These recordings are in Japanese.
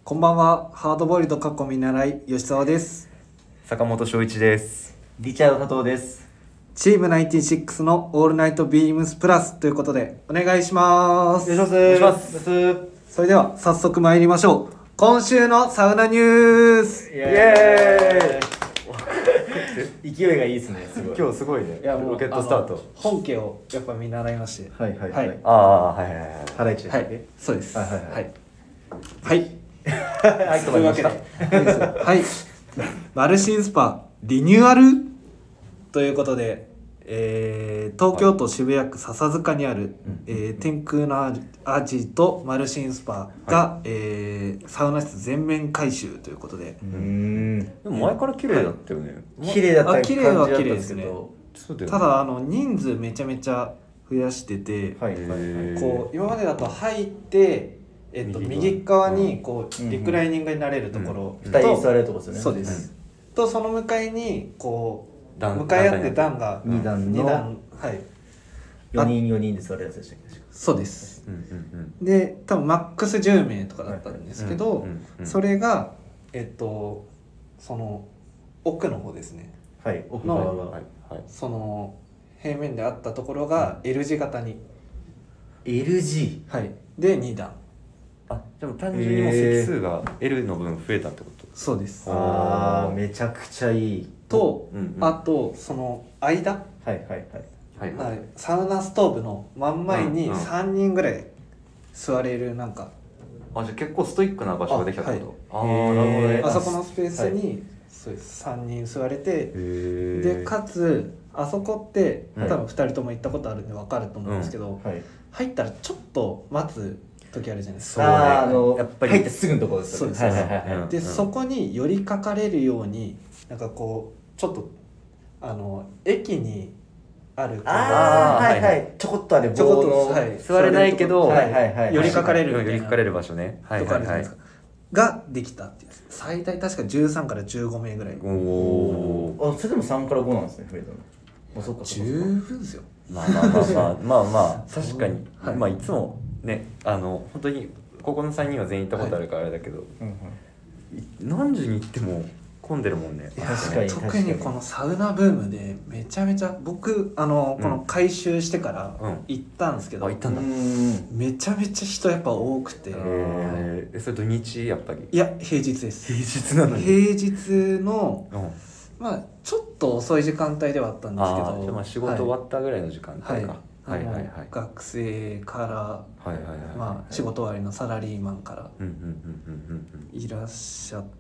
こんばんは。ハードボイルド過去見習い吉沢です。 坂本翔一です。 リチャード佐藤です。 チーム96のオールナイトビームスプラスということでお願いします。 お願いします。 それでは早速参りましょう。今週のサウナニュース。 イエーイ勢いがいいですね。すごい。 今日すごいね。 いやもうロケットスタート。 本家をやっぱ見習いまして。 はい。 ああ、はい。 ハライチですはいね。 そうです。 はい。 はい。 はい。 というわけで、はい。マルシンスパリニューアルということで、東京都渋谷区笹塚にある、天空のアジトマルシンスパが、サウナ室全面改修ということで、 でも前から綺麗だったよね。 綺麗だった綺麗は綺麗ですね。 そうだよね。 ただ人数めちゃめちゃ増やしてて、 はい。 こう今までだと入って右側にこうリクライニングになれるところ 2人座れるとこですよね。 そうです、とその向かいにこう段向かい合って段が 2段のはい 4人で座れるやつでしたっけ。 そうです、で多分マックス10名とかだったんですけど、それがその奥の方ですね、 はい奥側がその平面であったところが L 字型に、 L 字はいで2段。 あ、でも単純にもう席数が L の分増えたってこと。 そうです。 ああめちゃくちゃいいと、あとその間、 はい。 サウナストーブの真ん前に3人ぐらい座れるなんか、 あ、じゃあ結構ストイックな場所ができたってこと。 あ、なるほどね。 あそこのスペースに、そうです3人座れて、でかつあそこって多分2人とも行ったことあるんで分かると思うんですけど、入ったらちょっと待つ時あるじゃないですか。 やっぱり入ってすぐのところですよね。 でそこに寄りかかれるようになんかこうちょっと駅にあるちょこっと棒の座れないけど寄りかかれるみたいな寄りかかれる場所ね。 とかあるじゃないですか。ができたっていう、最大確か13から15名ぐらい。 おお。 あ、それでも3から5なんですね、増えたの。あ、そっか十分ですよ。 まあ確かに、まあいつもね本当にここの3人は全員行ったことあるからあれだけど、何時に行っても混んでるもんね。 確かに特にこのサウナブームでめちゃめちゃ僕この改修してから行ったんですけど、 行ったんだ。 めちゃめちゃ人やっぱ多くて、 それ土日やっぱり。 いや平日です。 平日なのに。 平日のまあちょっと遅い時間帯ではあったんですけど、 じゃあ仕事終わったぐらいの時間帯か。 学生からまあ仕事終わりのサラリーマンからいらっしゃって、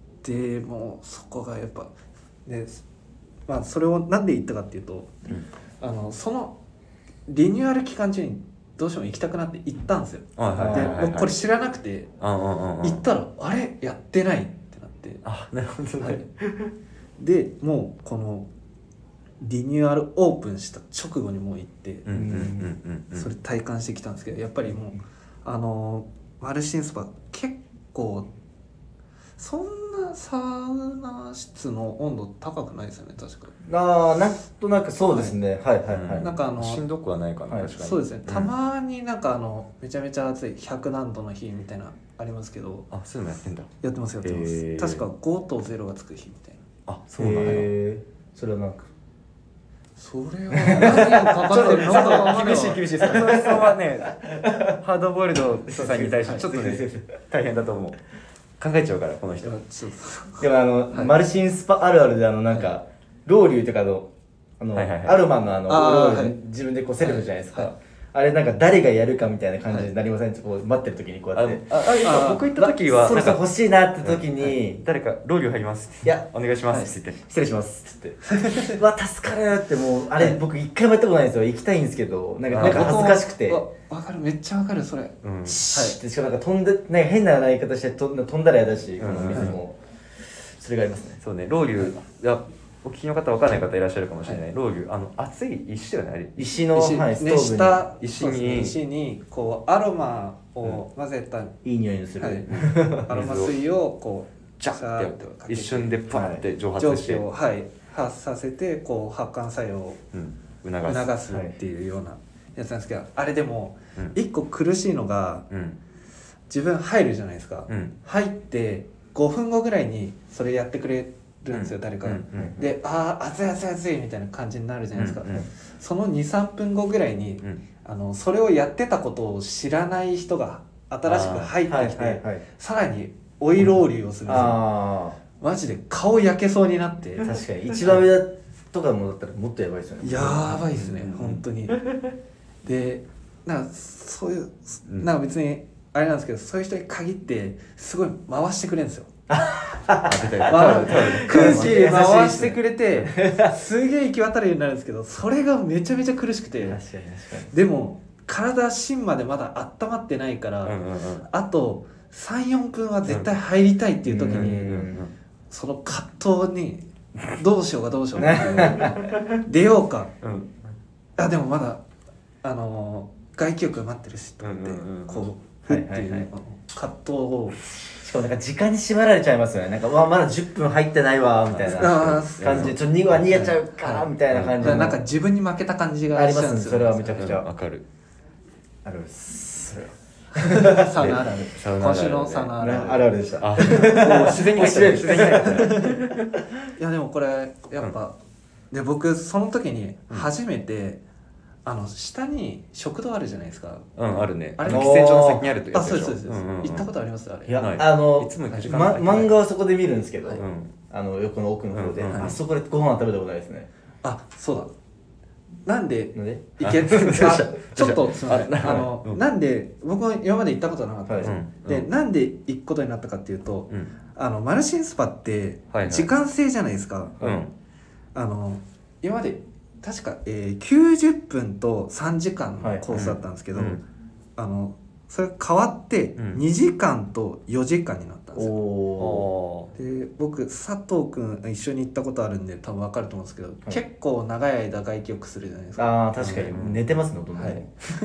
もうそこがやっぱで、まあそれをなんで言ったかっていうと、そのリニューアル期間中にどうしても行きたくなって行ったんですよ。で僕これ知らなくて行ったらあれやってないってなって、 あ、なるほどね。 でもうこのリニューアルオープンした直後にもう行ってそれ体感してきたんですけど、やっぱりもうマルシンスパ結構そんなサウナ室の温度高くないですよね、確か。 なんとなくそうですね。 なんかしんどくはないかな、確かに。 そうですね。たまになんかめちゃめちゃ暑い100何度の日みたいなありますけど。 あ、そういうのやってんだ。 やってます。確か5と0がつく日みたいな。 あ、そうなんだ。 それはなんかそれは何がかかってるのか厳しいです。それはね、ハードボイルドさんに対してちょっとね大変だと思う。考えちゃうからこの人。 でもマルシンスパあるあるでなんかロウリュとかアロマのロウリュ自分でこうセルフじゃないですか。あれなんか誰がやるかみたいな感じになりません？こう待ってる時にこうやって。 僕行った時はそろそろ欲しいなって時に誰かロウリュ入ります。 いやお願いしますって言って。 失礼しますって言って。わ助かるってもうあれ僕一回もやったことないんですよ。行きたいんですけどなんか恥ずかしくて。 わかる、めっちゃわかるそれ。 しかもなんか飛んでなんか変な言い方して飛んだらやだしこの水もそれがありますね。 そうね、ロウリュお聞きの方分かんない方いらっしゃるかもしれない。ロウリュ熱い石だよね、あれ。 石のストーブに石にこうアロマを混ぜたいい匂いのするアロマ水をこうジャッてやって一瞬でパッて蒸発して蒸気を発させてこう発汗作用を促すっていうようなやつなんですけど、あれでも一個苦しいのが自分入るじゃないですか、入って5分後ぐらいにそれやってくれるんですよ、誰かが、で熱い熱い熱いみたいな感じになるじゃないですか、その 2,3 分後ぐらいに、それをやってたことを知らない人が新しく入ってきて、さらに追いロウリュをするんですよ、マジで顔焼けそうになって。 確かに一番上とかもだったらもっとやばいですよね。 やばいですね、本当に。でなんかそういうなんか別にあれなんですけど、そういう人に限ってすごい回してくれるんですよ。空気回してくれてすげえ行き渡るようになるんですけど、それがめちゃめちゃ苦しくて、でも体芯までまだ温まってないから、あと 3,4 分は絶対入りたいっていう時に、その葛藤にどうしようかって出ようか、でもまだ外気浴待ってるしと思ってこうっていう葛藤を、 しかもなんか時間に縛られちゃいますよね。なんかまだ10分入ってないわみたいな感じでちょっと逃げちゃうかみたいな感じで、 なんか自分に負けた感じがありますね。それはめちゃくちゃわかる。 あるです。それはサウナあるある。今週のサウナあるあるあるでした。もう自然に入ってる。自然に入ってる。いやでもこれやっぱ、で僕その時に初めて、下に食堂あるじゃないですか。 あるね。あれ喫煙所の先にあるってやつでしょ。 そうです。行ったことありますあれ。 いやいつも行く時間漫画はそこで見るんですけど、横の奥の方であそこでご飯食べたことないですね。 そうだ。なんで行けちょっとすみません、なんで僕は今まで行ったことなかったんですよ、でなんで行くことになったかっていうと、マルシンスパって時間制じゃないですか、今まで確か、90分と3時間のコースだったんですけど、それ変わって2時間と4時間になったんですよ、で僕佐藤君一緒に行ったことあるんで多分分かると思うんですけど、結構長い間外気浴するじゃないですか。 確かに寝てますね、ほとんど。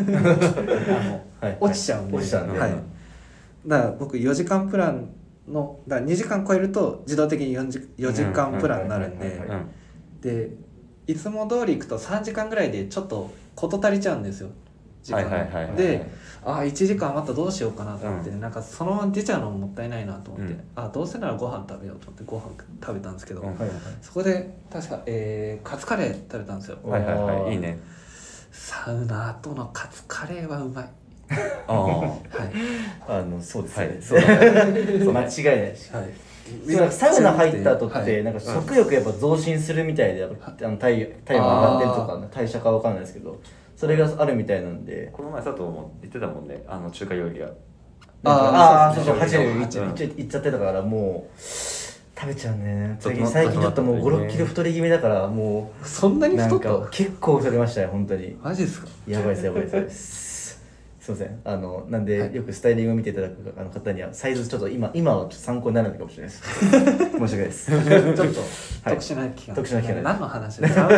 落ちちゃうんで、だから僕4時間プランのだから2時間超えると自動的に4時間プランになるんで、でいつも通り行くと3時間ぐらいでちょっと事足りちゃうんですよ、時間で、1時間余ったどうしようかなと思って、なんかそのまま出ちゃうのももったいないなと思って、どうせならご飯食べようと思ってご飯食べたんですけど、そこで確か、カツカレー食べたんですよ。 いいね。 サウナ後のカツカレーはうまい。 そうですね、間違いないし、サウナ入った後ってなんか食欲やっぱ増進するみたいで、体温上がってるとか代謝かわかんないですけど、それがあるみたいなんで、 この前佐藤も言ってたもんね、中華料理屋そう初めて行っちゃってたから、もう食べちゃうね。最近ちょっともう5、6キロ太り気味だから、もうそんなに太った？ 結構太りましたよ、本当に。 マジですか？ やばいです。すいません。なんでよくスタイリングを見ていただく方にはサイズちょっと今はちょっと参考にならないかもしれないです。申し訳ないです。ちょっと特殊な期間。何の話ですか？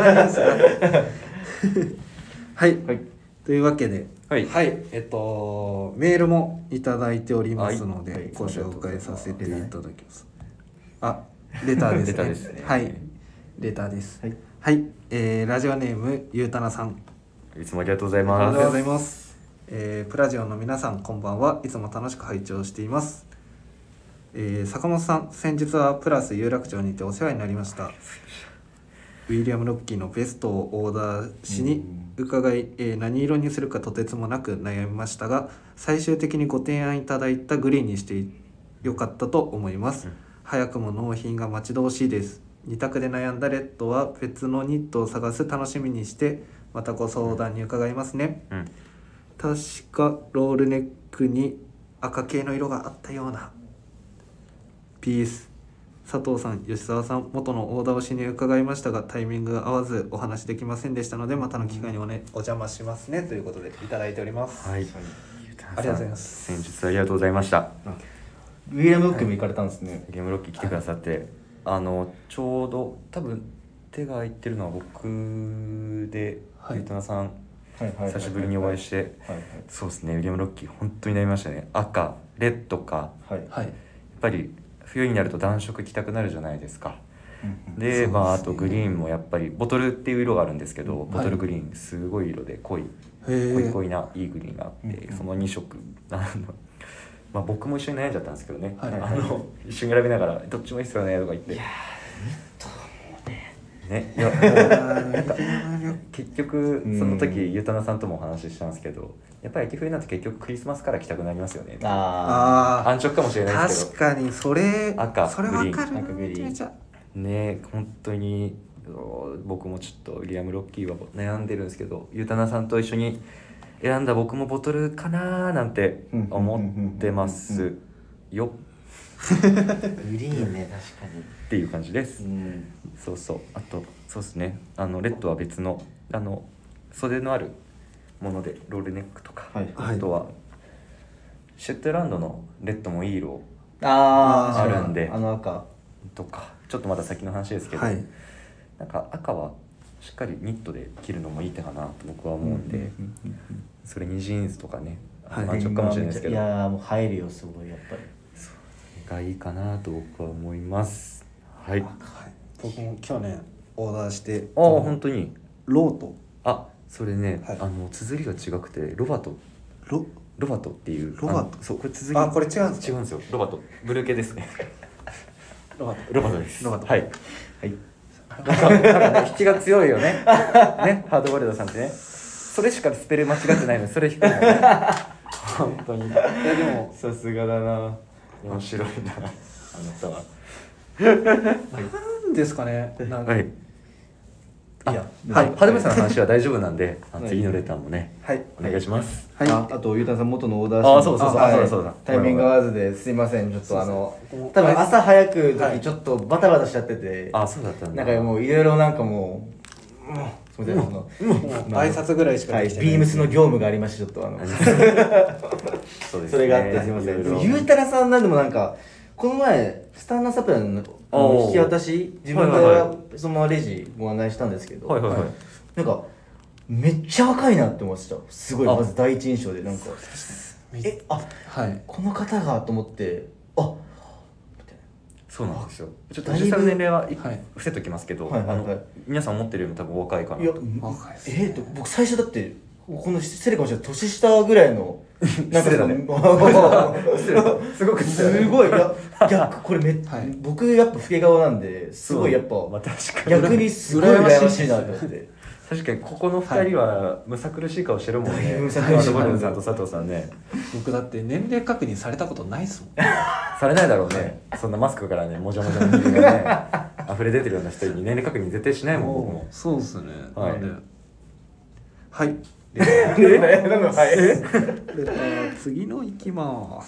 はい、というわけで、メールもいただいておりますので、ご紹介させていただきます。レターですね。はい、レターです。はい、ラジオネームゆうたなさん、 いつもありがとうございます。 ありがとうございます。プラジオの皆さんこんばんは。いつも楽しく拝聴しています。坂本さん、先日はプラス有楽町にてお世話になりました。ウィリアム・ロッキーのベストをオーダーしに伺い、何色にするかとてつもなく悩みましたが、最終的にご提案いただいたグリーンにしてよかったと思います。早くも納品が待ち遠しいです。2択で悩んだレッドは別のニットを探す楽しみにして、またご相談に伺いますね。確かロールネックに赤系の色があったような。 PS、佐藤さん、吉沢さん、元のオーダーをしに伺いましたが、タイミングが合わずお話できませんでしたので、またの機会にお邪魔しますねということでいただいております。 はい、 ありがとうございます。 先日ありがとうございました。 ウィリアム・ロッキーも行かれたんですね。 ウィリアム・ロッキー来てくださって、ちょうど多分手が空いてるのは僕で、ゆうたなさん久しぶりにお会いして、そうですね、ウィリアム・ロッキー本当になりましたね。赤、レッドか、やっぱり冬になると暖色着たくなるじゃないですか。で、あとグリーンもやっぱりボトルっていう色があるんですけど、ボトルグリーンすごい色で濃いないいグリーンがあって、その2色まあ、僕も一緒に悩んじゃったんですけどね、一緒に選びながらどっちもいいっすよねとか言って、いやね、いやもうなんか結局その時ゆうたなさんともお話ししたんですけど、やっぱり秋冬なんて結局クリスマスから着たくなりますよね。安直かもしれないですけど、 確かにそれ赤それ分かる赤グリーンね、本当に僕もちょっとリアムロッキーは悩んでるんですけど、ゆうたなさんと一緒に選んだ僕もボトルかなーなんて思ってますよ。 グリーンね、確かにっていう感じです、そうそう。あとそうですね、レッドは別の袖のあるものでロールネックとか、あとはシュットランドのレッドもいい色あるんで、 赤とかちょっとまだ先の話ですけど、なんか赤はしっかりニットで着るのもいい手かなと僕は思うんで、それにジーンズとかね、安直かもしれないですけど、 いやもう入るよすごいやっぱり。 がいいかなと僕は思います。はい。 僕も去年オーダーして、 本当にロート。 それね、綴りが違くてロバトっていう。 ロバト。 そう、これ綴り。 これ違うんですか。 違うんですよ。ロバト。ブルー系ですね。ロバトです。はい。なんかね、引きが強いよね。ね、ハードボイルドさんってね。それしかスペル間違ってないのにそれ引くのね。本当に。いやでもさすがだな。 面白いな、あなたは。 なんですかね。 はでむさんの話は大丈夫なんで、次のレターもね、お願いします。 あとゆうたさん元のオーダーしてそうだ、 タイミング合わずですいません、ちょっと多分朝早く時ちょっとバタバタしちゃってて、 そうだったんだ。 なんかもういろいろなんかもうすみません、 挨拶ぐらいしかできてない。 ビームスの業務がありまして、ちょっとそれがあってすいません。ゆうたらさんなんでもなんかこの前スタンナーサプライの引き渡し自分がそのままレジご案内したんですけど、なんかめっちゃ若いなって思ってた。すごいまず第一印象でなんかこの方がと思って、 そうなんですよ。ちょっと実際の年齢は伏せときますけど、皆さん思ってるよりも多分お若いかなと。 僕最初だってこのセレかもしれない年下ぐらいのなんかすごくすごい逆これ僕やっぱ老け顔なんですごいやっぱ逆にすごい羨ましいなと思って。 確かにここの2人はむさ苦しい顔してるもんね。さんと佐藤さんね。 僕だって年齢確認されたことないっすもん。 されないだろうね。そんなマスクからね、もじゃもじゃの人がね溢れ出てるような人に年齢確認絶対しないもん、僕も。 そうっすね。はい。次の行きます。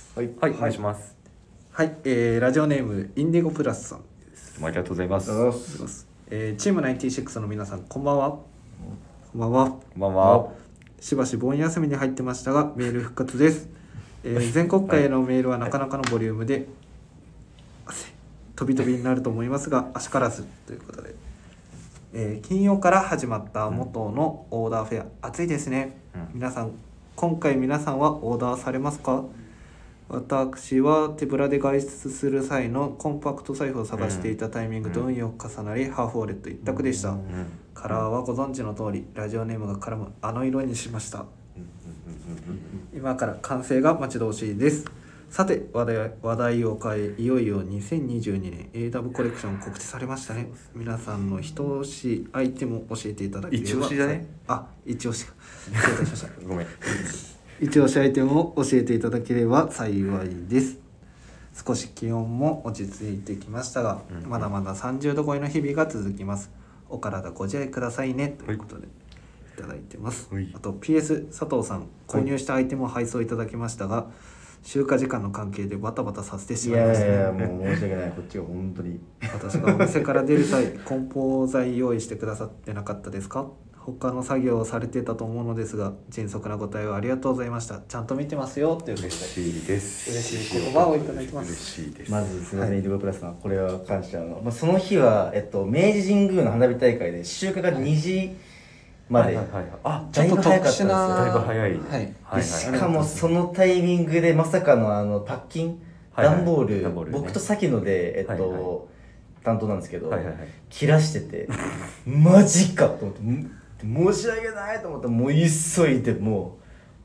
はい、お願いします。 はい、ラジオネームインディゴプラスさんです。 ありがとうございます。 チーム96の皆さん、こんばんは。こんばんは。 こんばんは。 しばし盆休みに入ってましたがメール復活です。全国会へのメールはなかなかのボリュームで、飛び飛びになると思いますがあしからずということで、金曜から始まった元のオーダーフェア、暑いですね。今回皆さんはオーダーされますか？私は手ぶらで外出する際のコンパクト財布を探していたタイミングと運よく重なり、ハーフウォレット一択でした。カラーはご存知の通りラジオネームが絡むあの色にしました。今から完成が待ち遠しいです。さて話題を変え、いよいよ2022年 AW コレクション告知されましたね。皆さんの一押しアイテムを教えていただければ。 一押しだね。 一押しか失礼いたしましたごめん。 一押しアイテムを教えていただければ幸いです。少し気温も落ち着いてきましたが、まだまだ30度超えの日々が続きます。お体ご自愛くださいねということでいただいてます。あと PS 佐藤さん、購入したアイテムを配送いただきましたが、集荷時間の関係でバタバタさせてしまいましたね。 いやもう申し訳ない、こっちが本当に私がお店から出る際梱包材用意してくださってなかったですか？他の作業をされてたと思うのですが、迅速なご対応ありがとうございました。ちゃんと見てますよということで嬉しいです。 嬉しい言葉をいただきます。 嬉しいです。 まずすみません、イルゴプラスさん、これは感謝の、その日は、明治神宮の花火大会で集荷が2時まで、 ちょっと特殊な、 だいぶ早い。 でしかもそのタイミングでまさかのパッキン、段ボール、僕と先ので担当なんですけど、切らしててマジかと思って、申し訳ないと思って、もう急いでもう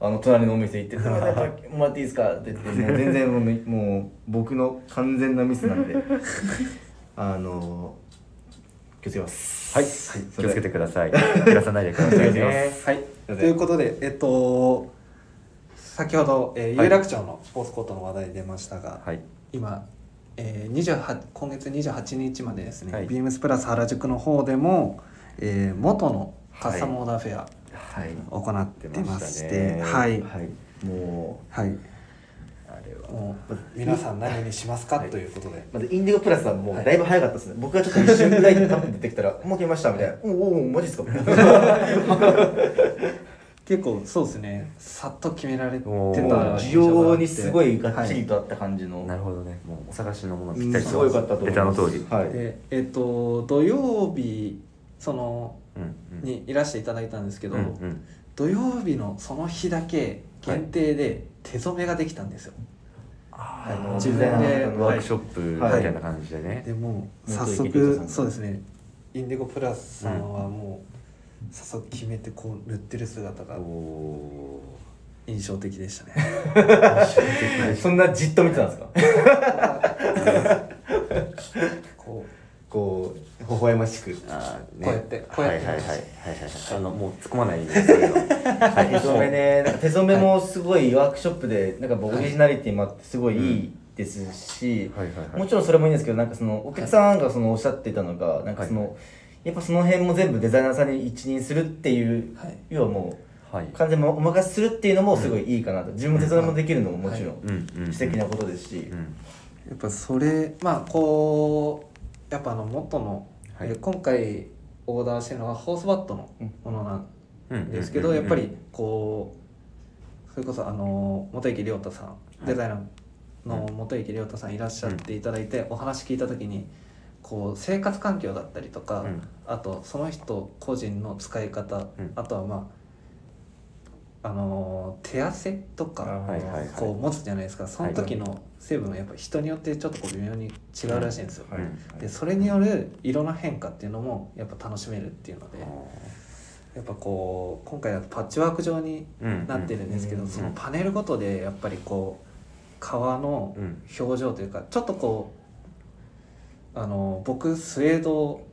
隣のお店行って「やっぱもらっていいですか?」って言ってもう全然もう僕の完全なミスなんで気をつけます。 はい、気をつけてください。照らさないでくださいね。 はい、ということで先ほど、有楽町のスポーツコートの話題出ましたが、はい、今、今月28日までですね、はい、ビームスプラス原宿の方でも、元のカスタムオーダーフェア、はい、行ってまして、はい、はい、もう、はい、あれはもう皆さん何にしますか、はい、ということで、 まずインディゴプラスはもうだいぶ早かったですね、はい、僕がちょっと一瞬ぐらいでパッと出てきたらもう決めましたみたいな、おおマジっすかみたいな結構そうですね、さっと決められてた需要にすごいがっちりとあった感じの、はい、 なるほどね、もうお探しのものぴったりすごい良かったと思います。 ベタの通り、 はい、で土曜日にいらしていただいたんですけど、土曜日のその日だけ限定で手染めができたんですよ、 はい、自分でワークショップみたいな感じでね、はい、 でも早速そうですね、インディゴプラスさんはもう早速決めてこう塗ってる姿が印象的でしたね。 そんなじっと見てたんですか？こう微笑ましく、 ね、こうやってもう突っ込まないでそういうの手染めね、なんか手染めもすごいワークショップでなんかオリジナリティもあってすごいいいですし、もちろんそれもいいんですけど、なんかそのお客さんがおっしゃっていたのがなんかやっぱその辺も全部デザイナーさんに一任するっていう、要はもう完全にお任せするっていうのもすごいいいかなと、自分も手伝いもできるのももちろん素敵なことですし、 やっぱそれこうやっぱ元の、今回オーダーしてるのはホースバットのものなんですけど、やっぱりこうそれこそ本池亮太さん、デザイナーの本池亮太さんいらっしゃっていただいて、お話聞いた時にこう生活環境だったりとか、あとその人個人の使い方、あとは手汗とかこう持つじゃないですか、その時の成分がやっぱ人によってちょっとこう微妙に違うらしいんですよ、でそれによる色の変化っていうのもやっぱ楽しめるっていうので、やっぱこう今回はパッチワーク状になってるんですけど、そのパネルごとでやっぱりこう革の表情というか、ちょっとこう僕スウェードを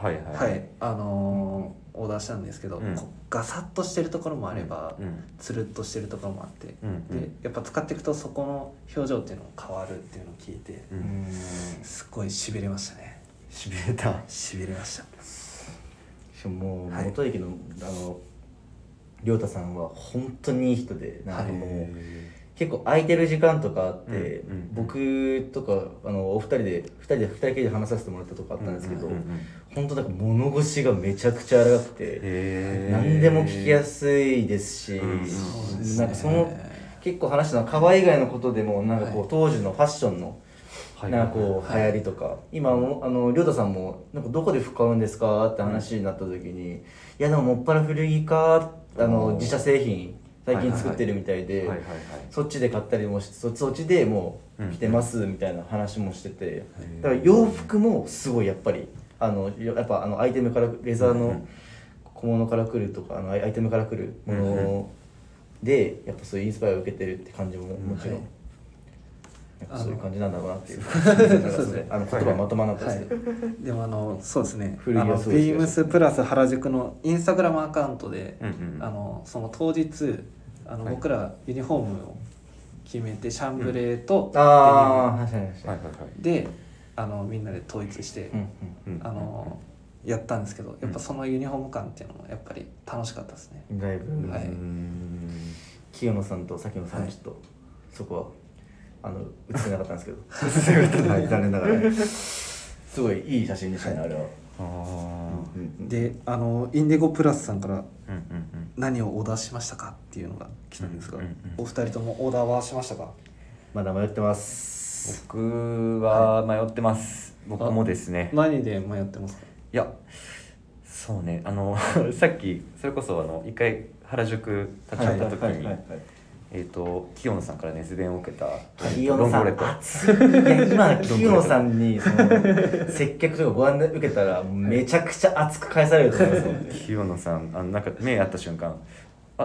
オーダーしたんですけど、ガサッとしてるところもあれば、つるっとしてるところもあって、でやっぱ使っていくとそこの表情っていうのも変わるっていうのを聞いて、すごいしびれましたね。 しびれた。 しびれました。 しかも元駅の亮太さんは本当にいい人で、なんかもう結構空いてる時間とかあって、僕とかお二人きりで話させてもらったとこあったんですけど、本当なんか物腰がめちゃくちゃ荒くて、何でも聞きやすいですし、なんかその結構話したのは革以外のことでも、なんかこう当時のファッションのなんかこう流行りとか、今亮太さんもなんかどこで服買うんですかって話になった時に、いやでももっぱら古着か自社製品最近作ってるみたいで、そっちで買ったりもして、そっちでもう着てますみたいな話もしてて、だから洋服もすごいやっぱりやっぱアイテムからレザーの小物から来るとかアイテムから来るものでやっぱそういうインスパイアを受けてるって感じももちろん、そういう感じなんだろうなっていう言葉まとまらなかったですけど、 でもそうですね、ビームスプラス原宿のインスタグラムアカウントで、その当日僕らユニフォームを決めてシャンブレーとでみんなで統一してやったんですけど、やっぱそのユニフォーム感っていうのもやっぱり楽しかったですね。 だいぶ、清野さんと崎野さんちょっとそこは映せなかったんですけど残念ながらすごいいい写真でしたね、あれは。 でインディゴプラスさんから何をオーダーしましたかっていうのが来たんですが、お二人ともオーダーはしましたか？ まだ迷ってます。 僕は迷ってます、僕もですね。 何で迷ってますか？ いやそうね、さっきそれこそ一回原宿立ち寄った時に清野さんから熱弁を受けた清野さん熱い。今清野さんに接客とかご案内受けたらめちゃくちゃ熱く返されると思います。 清野さんなんか目合った瞬間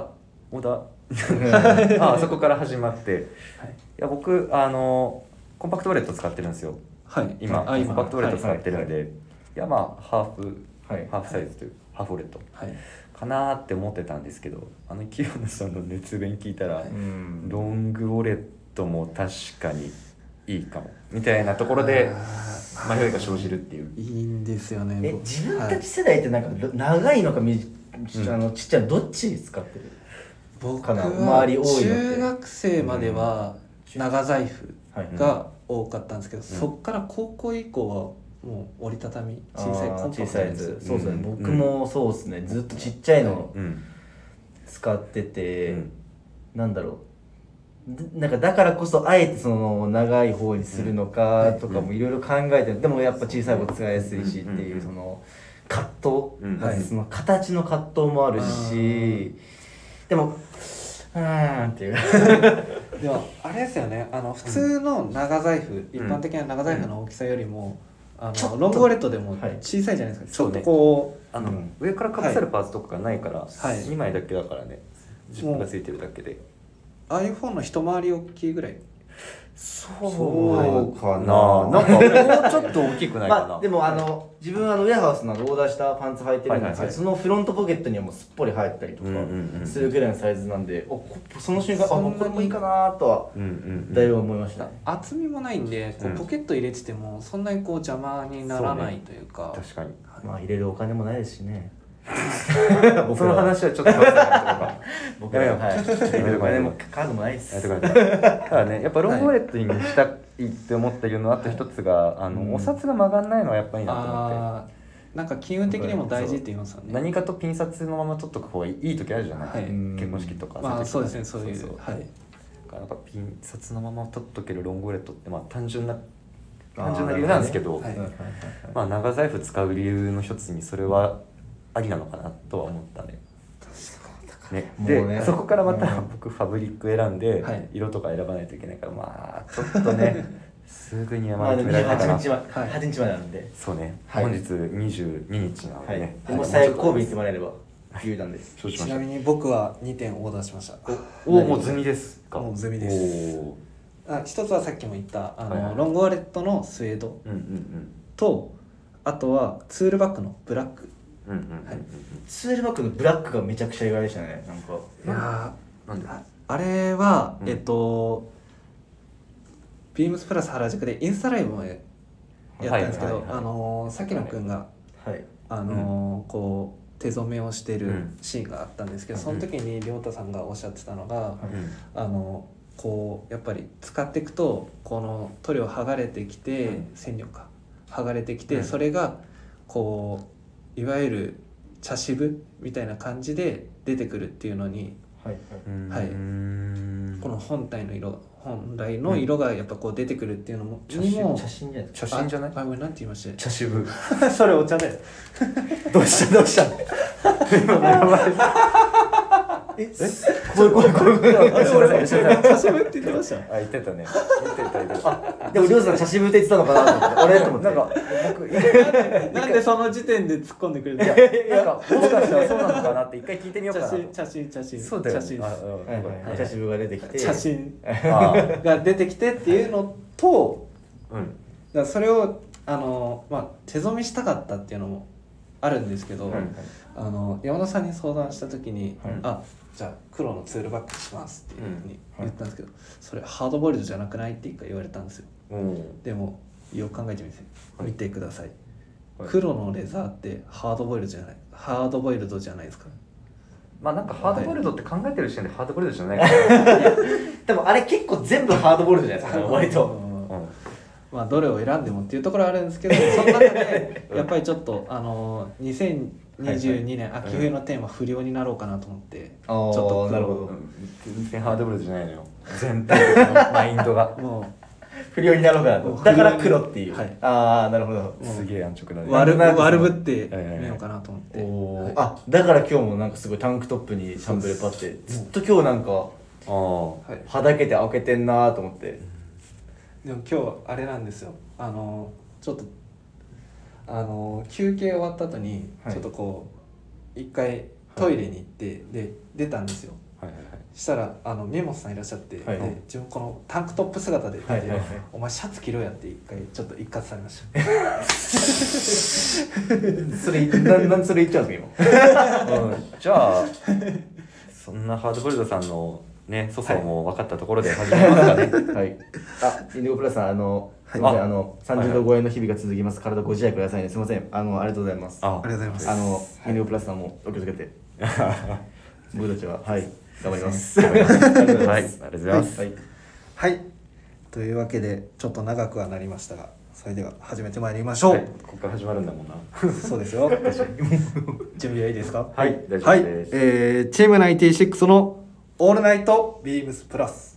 小田そこから始まって、はい、いや僕コンパクトウォレット使ってるんですよ、 はい、 今コンパクトウォレット使ってるんで、はい、いやまあハーフサイズというハーフウォレット、はい、かなって思ってたんですけど、清野さんの熱弁聞いたら、はい、ロングウォレットも確かにいいかもみたいなところで迷いが生じるっていう。 いいんですよね。 自分たち世代ってなんか長いのかちっちゃいのどっち使ってる？ 僕は中学生までは長財布が多かったんですけど、そっから高校以降はもう折りたたみ小さいコンパクトなやつ。 そうですね、僕もそうですね、ずっとちっちゃいの使ってて、なんだろう、なんかだからこそあえてその長い方にするのかとかもいろいろ考えて、でもやっぱ小さい方が使いやすいしっていうその葛藤、その形の葛藤もあるし、でもっていうでもあれですよね、普通の長財布、一般的な長財布の大きさよりもロングウォレットでも小さいじゃないですか、ちょっとこう上からかぶせるパーツとかがないから、2枚だけだからね、ジップがついてるだけで iPhone の一回り大きいぐらい。 そうかな、なんかもうちょっと大きくないかな。 でも自分ウェアハウスのオーダーしたパンツ履いてるんですけど、そのフロントポケットにはもうすっぽり入ったりとかするぐらいのサイズなんで、その瞬間これもいいかなとはだいぶ思いました。 厚みもないんでポケット入れててもそんなにこう邪魔にならないというか。 確かに、 まあ入れるお金もないですしね。 その話はちょっと待ってた僕らお金もカードもないです。 だからね、やっぱロングウォレットにしたいって思っているのはあと一つがお札が曲がんないのはやっぱりいいなと思って。 なんか金運的にも大事って言いますよね。 何かとピン札のまま取っとく方がいい時あるじゃない、結婚式とか。 まあそうですね、そういう。 はい。なんかピン札のまま取っとけるロングウォレットってまあ単純な理由なんですけど、まあ長財布使う理由の一つにそれはありなのかなとは思ったね。ね、でそこからまた僕ファブリック選んで色とか選ばないといけないから、まあちょっとねすぐにはまだ決められないかな。 8日までなんで。 そうね、本日22日なのでね、 もう最後神戸に行ってもらえれば言うたんです。 ちなみに僕は2点オーダーしました。 もう済みですか？ もう済みです。一つはさっきも言ったロングウォレットのスウェードと、あとはツールバッグのブラック。 ツールバッグのブラックがめちゃくちゃ意外でしたね。なんかなんであれはビームスプラス原宿でインスタライブもやったんですけど、崎野くんがこう手染めをしてるシーンがあったんですけど、その時に亮太さんがおっしゃってたのが、こうやっぱり使っていくとこの塗料剥がれてきて、染料が剥がれてきて、それがこういわゆる茶渋みたいな感じで出てくるっていうのに、この本来の色がやっぱこう出てくるっていうのも茶真じゃない？これなんて言いました？ 茶渋。 それお茶だよ。 どうした怖い。 茶渋って言ってました。 言ってたね。 でもりょうさん茶渋って言ってたのかなと思って、あれと思って。なんか僕なんでその時点で突っ込んでくれるんですか？ なんかもしかしたらそうなのかなって一回聞いてみようかなと。 茶真。 そうだよ。 茶渋が出てきて。 茶真が出てきてっていうのと、だそれを手染めしたかったっていうのもあるんですけど、山田さんに相談した時に、じゃあ黒のツールバッグしますっていうふうに言ったんですけど、それハードボイルドじゃなくないって一回言われたんですよ。でもよく考えてみてください。黒のレザーってハードボイルドじゃないですか。 まあなんかハードボイルドって考えてる時点でハードボイルドじゃないからでもあれ結構全部ハードボイルドじゃないですか、割と。 まあどれを選んでもっていうところはあるんですけど、その中でやっぱりちょっと2022年秋冬のテーマ不良になろうかなと思って、ちょっとなるほど。 全然ハードボイルドじゃないのよ、全体的なマインドがもう不良になろうかなと。だから黒っていう。なるほど。 すげえ安直だね。 悪ぶってみようかなと思って。 だから今日もなんかすごいタンクトップにシャンブレパってずっと今日なんかはだけて開けてんなと思って。 でも今日あれなんですよ。ちょっと休憩終わった後にちょっとこう一回トイレに行ってで出たんですよ。 したら宮本さんいらっしゃって、で自分このタンクトップ姿で、お前シャツ着ろやって一回ちょっと一括されましたそれなんそれ言っちゃうんですか今、じゃあそんなハードボイルドさんのね粗相も分かったところで始めますかね。 はい。インディゴプラスさんすみません30度超えの日々が続きます。体ご自愛くださいね。すみませんありがとうございます。 ありがとうございます。 インディゴプラスさんもお気をつけて僕たちは頑張ります。 はい、ありがとうございます。 はい、というわけでちょっと長くはなりましたが、それでは始めてまいりましょう。 ここから始まるんだもんな。 そうですよ。準備はいいですか？ はい、大丈夫です。 チーム96のオールナイトビームスプラス。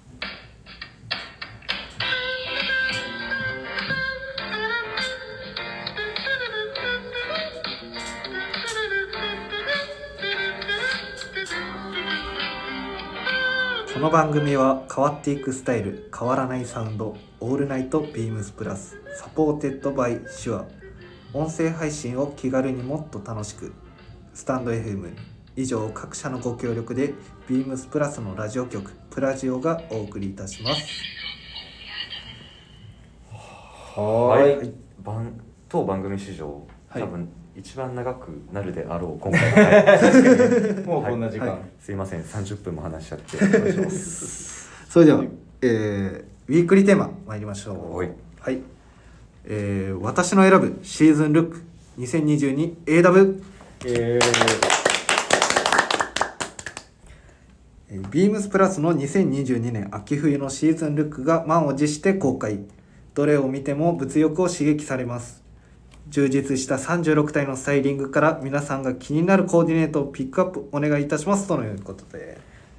この番組は変わっていくスタイル、変わらないサウンド、オールナイトビームスプラス、サポーテッドバイシュア。音声配信を気軽にもっと楽しく、スタンド FM。以上各社のご協力でビームスプラスのラジオ局プラジオがお送りいたします。 当番組史上、多分一番長くなるであろう今回の回。 もうこんな時間、 すいません30分も話しちゃってそれでは、ウィークリーテーマ参りましょう。はい、私の選ぶシーズンルック 2022AW。ビームスプラスの2022年秋冬のシーズンルックが満を持して公開。どれを見ても物欲を刺激されます。充実した36体のスタイリングから皆さんが気になるコーディネートをピックアップお願いいたしますということで、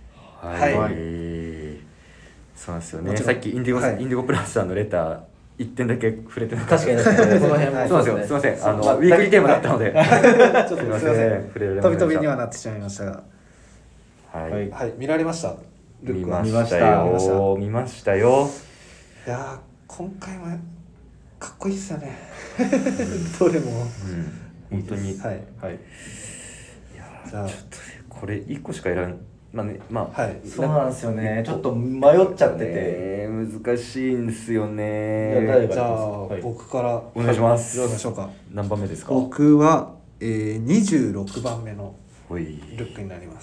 そうなんですよね。さっきインディゴプラスさんのレター1点だけ触れてなかった。 確かにこの辺もそうなんですよ。すいませんウィークリーテーマだったのでちょっとすいません飛び飛びにはなってしまいましたが、見られました？ルックは見ましたよ。 いや今回もかっこいいっすよね。どれも、 本当に。いやじゃあちょっとこれ1個しか選んそうなんですよね。ちょっと迷っちゃってて難しいんですよね。 じゃあ僕からお願いします。 どうでしょうか。 何番目ですか？ 僕は26番目のルックになります。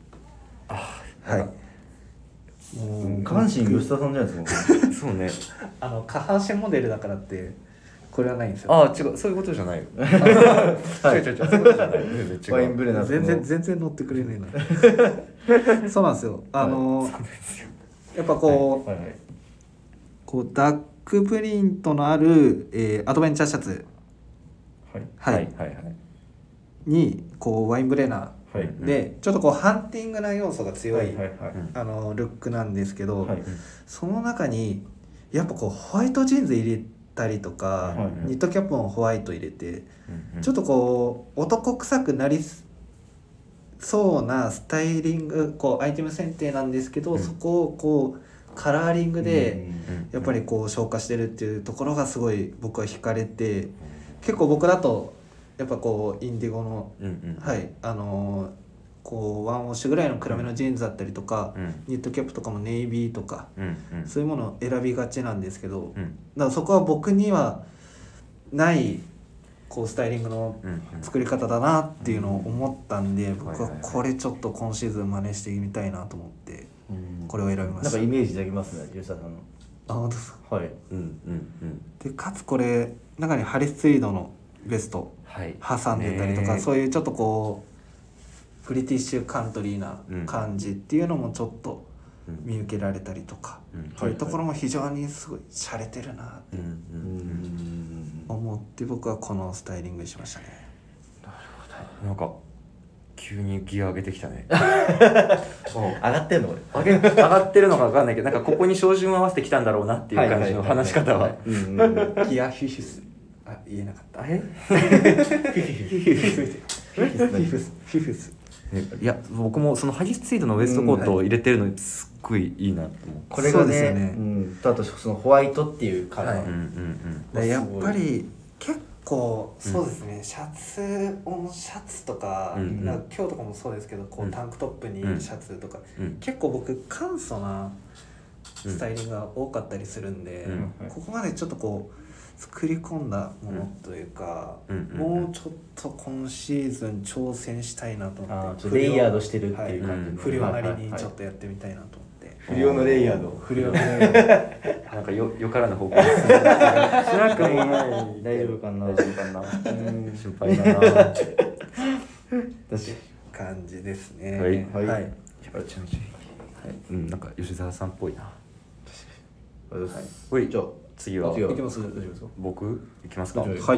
下半身吉田さんじゃないですか。 そうね。 下半身モデルだからってこれはないんですよ。 違う、そういうことじゃないよ。違う、そういうことじゃない。 ワインブレナ全然乗ってくれねえな。そうなんですよ。やっぱこうダックプリントのある、アドベンチャーシャツにこうワインブレナーでちょっとこうハンティングな要素が強いルックなんですけど、その中にやっぱこうホワイトジーンズ入れたりとか、ニットキャップもホワイト入れて、ちょっとこう男臭くなりそうなスタイリング、こうアイテム選定なんですけど、そこをこうカラーリングでやっぱりこう消化してるっていうところがすごい僕は惹かれて、結構僕だとやっぱこうインディゴのこうワンウォッシュぐらいの暗めのジーンズだったりとか、ニットキャップとかもネイビーとか、そういうものを選びがちなんですけど、だからそこは僕にはないこうスタイリングの作り方だなっていうのを思ったんで、僕はこれちょっと今シーズン真似してみたいなと思ってこれを選びました。 なんかイメージできますね、吉田さんの。 本当ですか。でかつこれ中にハリスツイードのベスト挟んでたりとか、そういうちょっとこうブリティッシュカントリーな感じっていうのもちょっと見受けられたりとか、そういうところも非常にすごい洒落てるなって思って、僕はこのスタイリングにしましたね。 なるほど。なんか急にギア上げてきたね。 上がってんのこれ。 上がってるのか分かんないけど、なんかここに照準を合わせてきたんだろうなっていう感じの話し方は。 ギアフィフス。言えなかった。フィフス。 いや僕もそのハリスツイードのウエストコートを入れてるのすっごいいいなと思う。 これがね、あとそのホワイトっていうカラー、 やっぱり結こうそうですね、シャツとか、なんか今日とかもそうですけどこうタンクトップにシャツとか、結構僕簡素なスタイリングが多かったりするんで、ここまでちょっとこう作り込んだものというか、もうちょっと今シーズン挑戦したいなと思って、 レイヤードしてるっていう感じ、 不良なりにちょっとやってみたいなと思って、 不良のレイヤード、 なんかよからぬ方向ですね。しなくもない。 大丈夫かな心配だな。確か感じですね。 はい。なんか吉沢さんっぽいな。はい。じゃあ次は。 行きます。 僕行きますか。 はい。 さ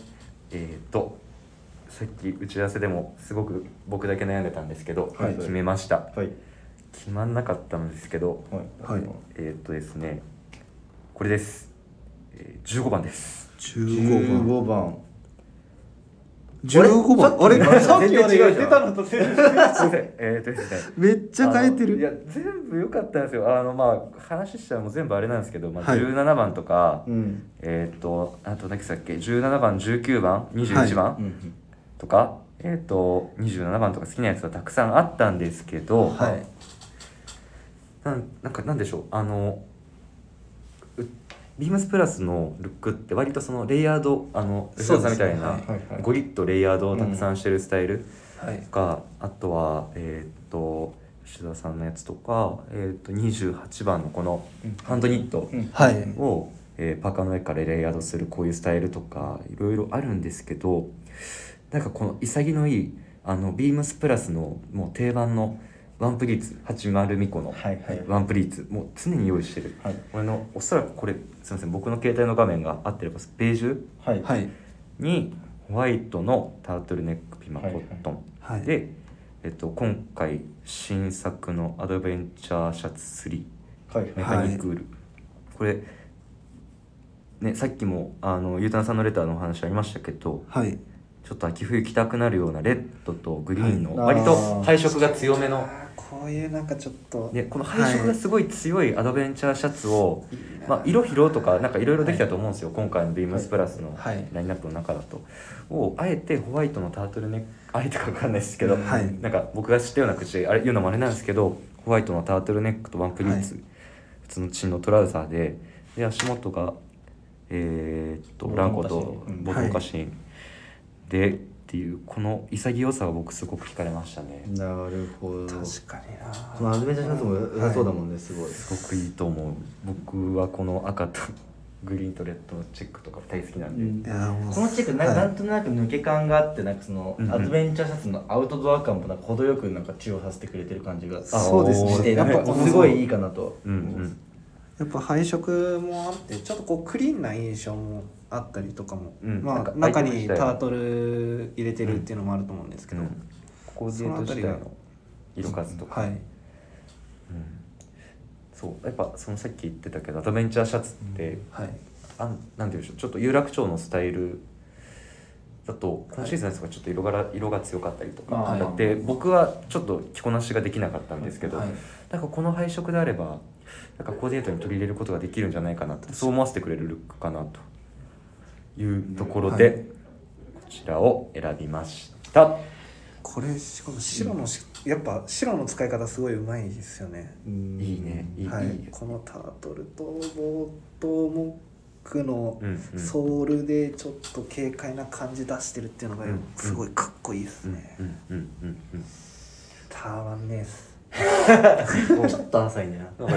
っき打ち合わせでもすごく僕だけ悩んでたんですけど、決めました。決まんなかったんですけど、ですね、これです。15番です。 15番。 15番。あれさっきまで言ってたのと全然。すいません。 ですね。 めっちゃ変えてる。 いや全部良かったんですよ。話したらもう全部あれなんですけど、17番とか、あと何でしたっけ、17番、19番、21番とか、27番とか好きなやつはたくさんあったんですけど、なんでしょう、ビームスプラスのルックって割とそのレイヤード、吉田さんみたいなゴリッとレイヤードをたくさんしてるスタイルが、あとは吉田さんのやつとか、28番のこのハンドニットを、パーカーの上からレイヤードするこういうスタイルとかいろいろあるんですけど、なんかこの潔いビームスプラスのもう定番のワンプリーツ80ミコのワンプリーツ、もう常に用意してる、俺のおそらくこれすいません、僕の携帯の画面が合ってればベージュ、にホワイトのタートルネックピマコットン、で、今回新作のアドベンチャーシャツ3、メカニックウール、これね、さっきもゆうたなさんのレターのお話ありましたけど、ちょっと秋冬着たくなるようなレッドとグリーンの割と配色が強めの、 こういうなんかちょっと、 この配色がすごい強いアドベンチャーシャツを、色広とかなんかいろいろできたと思うんですよ、今回のビームスプラスのラインナップの中だと、をあえてホワイトのタートルネック、あえてか分かんないですけど、なんか僕が知ったような口であれ言うのもあれなんですけど、ホワイトのタートルネックとワンプリーツ、普通のチンのトラウザーで足元がブランコとボトンカシンでっていう、この潔さが僕すごく惹かれましたね。 なるほど。 確かにな。 このアドベンチャーシャツも良さそうだもんね、すごくいいと思う。僕はこの赤とグリーンとレッドのチェックとか大好きなんで、 このチェックなんとなく抜け感があって、なんかそのアドベンチャーシャツのアウトドア感もなんか程よくなんか中和させてくれてる感じがそうですね。 やっぱすごいいいかなと。 やっぱ配色もあってちょっとこうクリーンな印象もあったりとかも、中にタートル入れてるっていうのもあると思うんですけど、 コーディネート自体の色数とか、そうやっぱそのさっき言ってたけどアドベンチャーシャツって、なんて言うんでしょう、ちょっと有楽町のスタイルだと今シーズンのやつがちょっと色が強かったりとか、だって僕はちょっと着こなしができなかったんですけど、なんかこの配色であればなんかコーディネートに取り入れることができるんじゃないかなと、そう思わせてくれるルックかなというところで、こちらを選びました。 これしかも白のやっぱ白の使い方すごいうまいですよね。 いいね、いい。 このタートルとボートモックのソールでちょっと軽快な感じ出してるっていうのがすごいかっこいいですね。たまんねえっす。 ちょっと浅いね。 ちょっと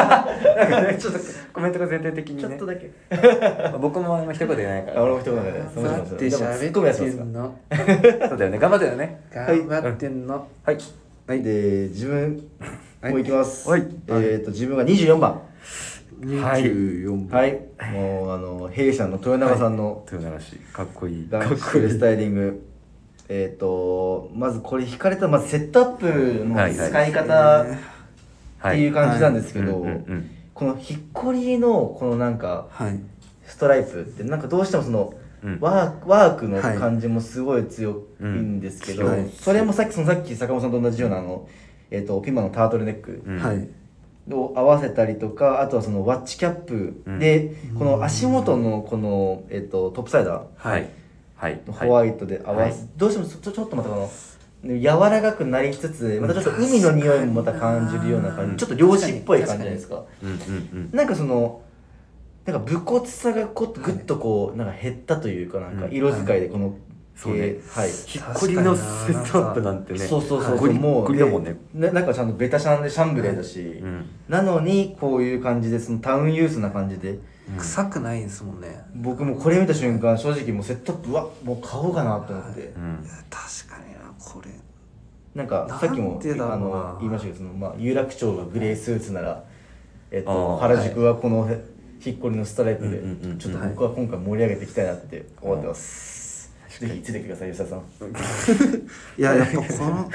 コメントが全体的にね。 ちょっとだけ。 僕も一言言えないから。 俺も一言だけ。 頑張って喋ってんの。 そうだよね。頑張ってるよね。 頑張ってんの。 はい。で自分もういきます。 はい。 自分が24番。 24 番。はい。もう弊社の豊永さんの豊永氏かっこいい。 かっこいいスタイリング。まずこれ惹かれたまずセットアップの使い方っていう感じなんですけど、このヒッコリのこのなんかストライプってなんかどうしてもそのワークの感じもすごい強いんですけど、それもさっき坂本さんと同じようなピマのタートルネックを合わせたりとか、あとはそのワッチキャップで、この足元のこの、トップサイダー、ホワイトで合わせ、どうしてもちょっとまたこの柔らかくなりつつ、またちょっと海の匂いもまた感じるような感じ、ちょっと漁師っぽい感じじゃないですか。なんかそのなんか武骨さがグッとこうなんか減ったというか、なんか色使いでこのそうね、ひっこりのセットアップなんてね、 そうもうゴリゴリだもんね。なんかちゃんとベタシャンでシャンブレーだし、なのにこういう感じでそのタウンユースな感じで臭くないですもんね。 僕もこれ見た瞬間正直もうセットアップもう買おうかなと思って、 確かにな。これなんかさっきも言いましたけど、その有楽町がグレースーツなら原宿はこのひっこりのストライプでちょっと僕は今回盛り上げていきたいなって思ってます。ぜひついてきてください、吉田さん。 いや、やっぱこの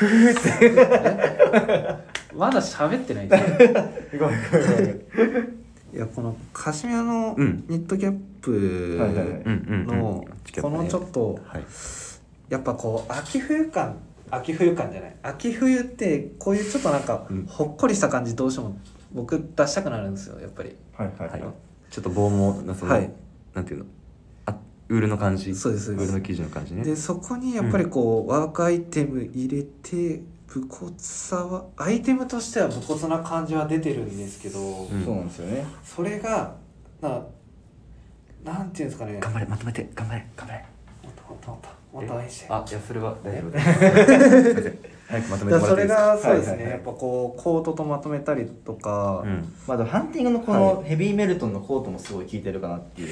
まだ喋ってないですごめん。 いや、このカシミヤのニットキャップのこのちょっとやっぱこう秋冬じゃない秋冬ってこういうちょっとなんかほっこりした感じどうしても僕出したくなるんですよ、やっぱり。 ちょっと防毛なそのなんていうの、ウールの感じ、 そうです、 ウールの生地の感じね。 でそこにやっぱりこう、ワークアイテム入れて武骨さはアイテムとしては武骨な感じは出てるんですけど、 そうなんですよね。 それがなんていうんですかね。 頑張れ、まとめて、頑張れもっと愛して。 いや、それは大丈夫です。早くまとめてもらっていいですか。 それがそうですね、やっぱこうコートとまとめたりとか、 まあハンティングのこのヘビーメルトンのコートもすごい効いてるかなっていう、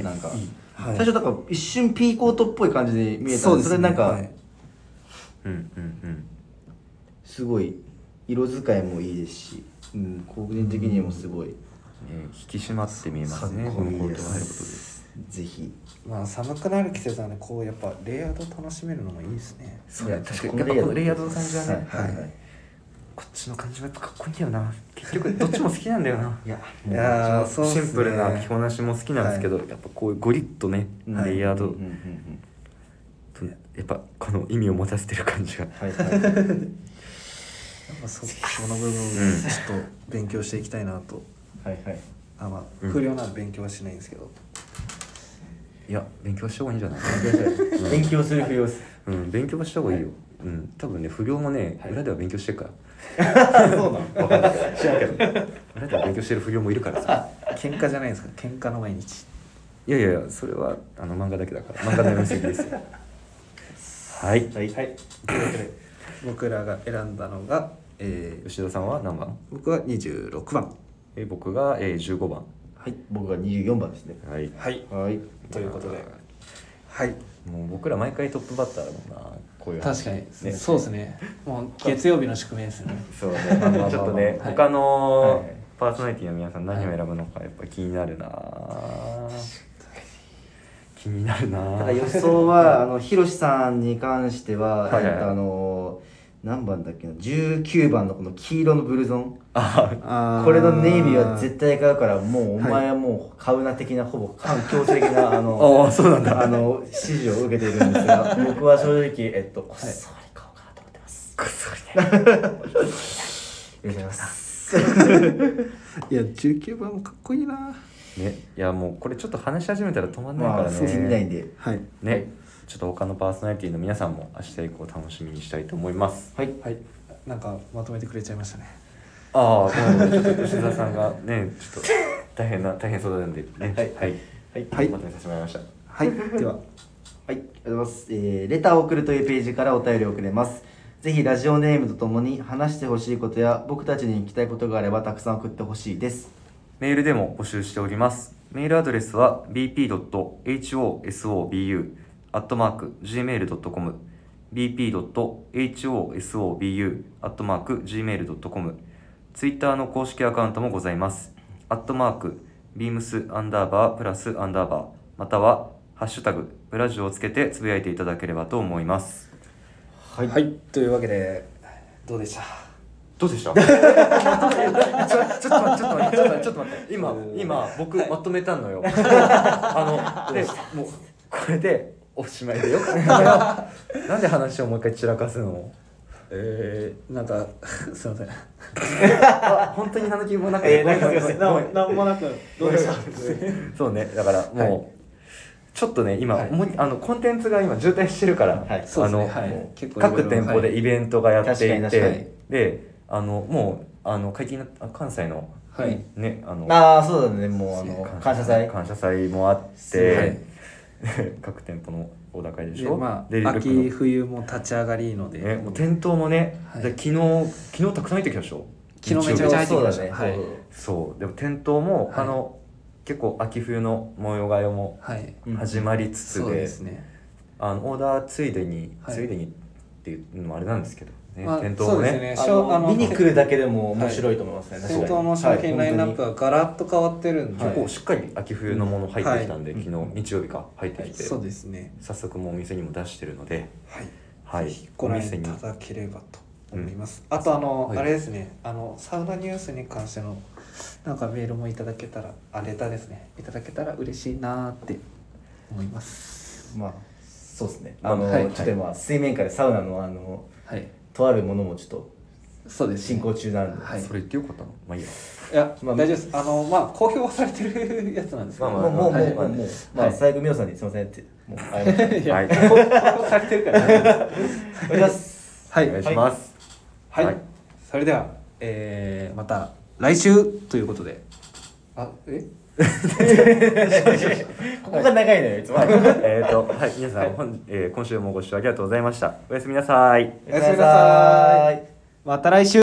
なんか最初だから一瞬ピーコートっぽい感じで見えたんで、それなんかすごい色使いもいいですし、個人的にもすごい引き締まって見えますね、このコートが入ることで。 ぜひ。 まあ寒くなる季節はね、こうやっぱレイヤード楽しめるのもいいですね。 そうね、確かにやっぱこのレイヤードの感じはね、こっちの感じもやっぱかっこいいんだよな。結局どっちも好きなんだよな。いやシンプルな着こなしも好きなんですけど、やっぱこういうゴリッとねレイヤードやっぱこの意味を持たせてる感じが、やっぱその部分をちょっと勉強していきたいなと。不良なら勉強はしないんですけど、 いや勉強した方がいいんじゃない。 勉強する不良です。 勉強した方がいいよ。多分ね、不良もね裏では勉強してるから。そうなの分かんない知らんけど、裏では勉強してる不良もいるからさ。 喧嘩じゃないですか、喧嘩の毎日。 いやそれは漫画だけだから、漫画の読み過ぎですよ。はい。 僕らが選んだのが、 吉田さんは何番？ 僕は26番。 僕が15番。 はい、僕が24番ですね。 はい。ということで、 もう僕ら毎回トップバッターだもんな。こういう確かにそうですね。もう月曜日の宿命ですよね。 そうね。ちょっとね、他のパーソナリティの皆さん何を選ぶのかやっぱ気になるな。気になるな。 ただ予想はひろしさんに関しては何番だっけな、19番のこの黄色のブルゾン、これのネイビーは絶対買うから、もうお前はもう買うな的な、ほぼ反強制的なそうなんだ指示を受けているんですが、僕は正直こっそり買おうかなと思ってます。 こっそりね。 よろしくお願いします。 いや19番もかっこいいな。 ね、いやもうこれちょっと話し始めたら止まんないからね。 見ないんで。 ね。ちょっと他のパーソナリティの皆さんも明日以降楽しみにしたいと思います。 なんかまとめてくれちゃいましたね。 ちょっと吉田さんがねちょっと大変そうなんでね。まとめさせてもらいました。 ではありがとうございます。レターを送るというページからお便りをくれます。ぜひラジオネームとともに話してほしいことや僕たちに聞きたいことがあればたくさん送ってほしいです。 メールでも募集しております。メールアドレスは bp.hosobu@gmail.com bp.hosobu@gmail.com ツイッターの公式アカウントもございます。@beams_+_ またはハッシュタグブラジオをつけてつぶやいていただければと思います。 というわけでどうでした？ ちょっと待って今僕まとめたのよ。でもうこれでおしまいでよかったよ。なんで話をもう一回散らかすの？ なんかすいません本当に何の気もなくなんもなくどうでしたそうね、だからもう、ちょっとね今、コンテンツが今渋滞してるから、各店舗でイベントがやっていて、でもう解禁な関西のねそうだね、もう感謝祭もあって、 各店舗のオーダー会でしょ。 で秋冬も立ち上がりので、 もう店頭もね、昨日たくさん入ってきたでしょ。 昨日めちゃめちゃ入ってきました。 そうでも店頭も結構秋冬の模様替えも始まりつつで、オーダーついでにっていうのもあれなんですけどね、店頭もね見に来るだけでも面白いと思いますね。 店頭の商品ラインナップがガラッと変わってるんで、 結構しっかり秋冬のもの入ってきたんで、昨日日曜日か入ってきて、 そうですね、 早速もうお店にも出してるので、 ぜひご覧いただければと思います。あとあれですね、サウナニュースに関してのなんかメールもいただけたら、レターですね、いただけたら嬉しいなって思います。 そうですね、ちょっと水面下でサウナのとあるものもちょっと進行中なんで、 それ言ってよかったの？まあいいや。 いや、大丈夫です。公表されてるやつなんですけど、 もう最後みおさんにすいませんってもう会いました。 はい。公表されてるから。お願いします。 はい、お願いします。 はい。それではまた来週ということで、 ここが長いのよいつも。 皆さん今週もご視聴ありがとうございました。おやすみなさい。 おやすみなさい。また来週。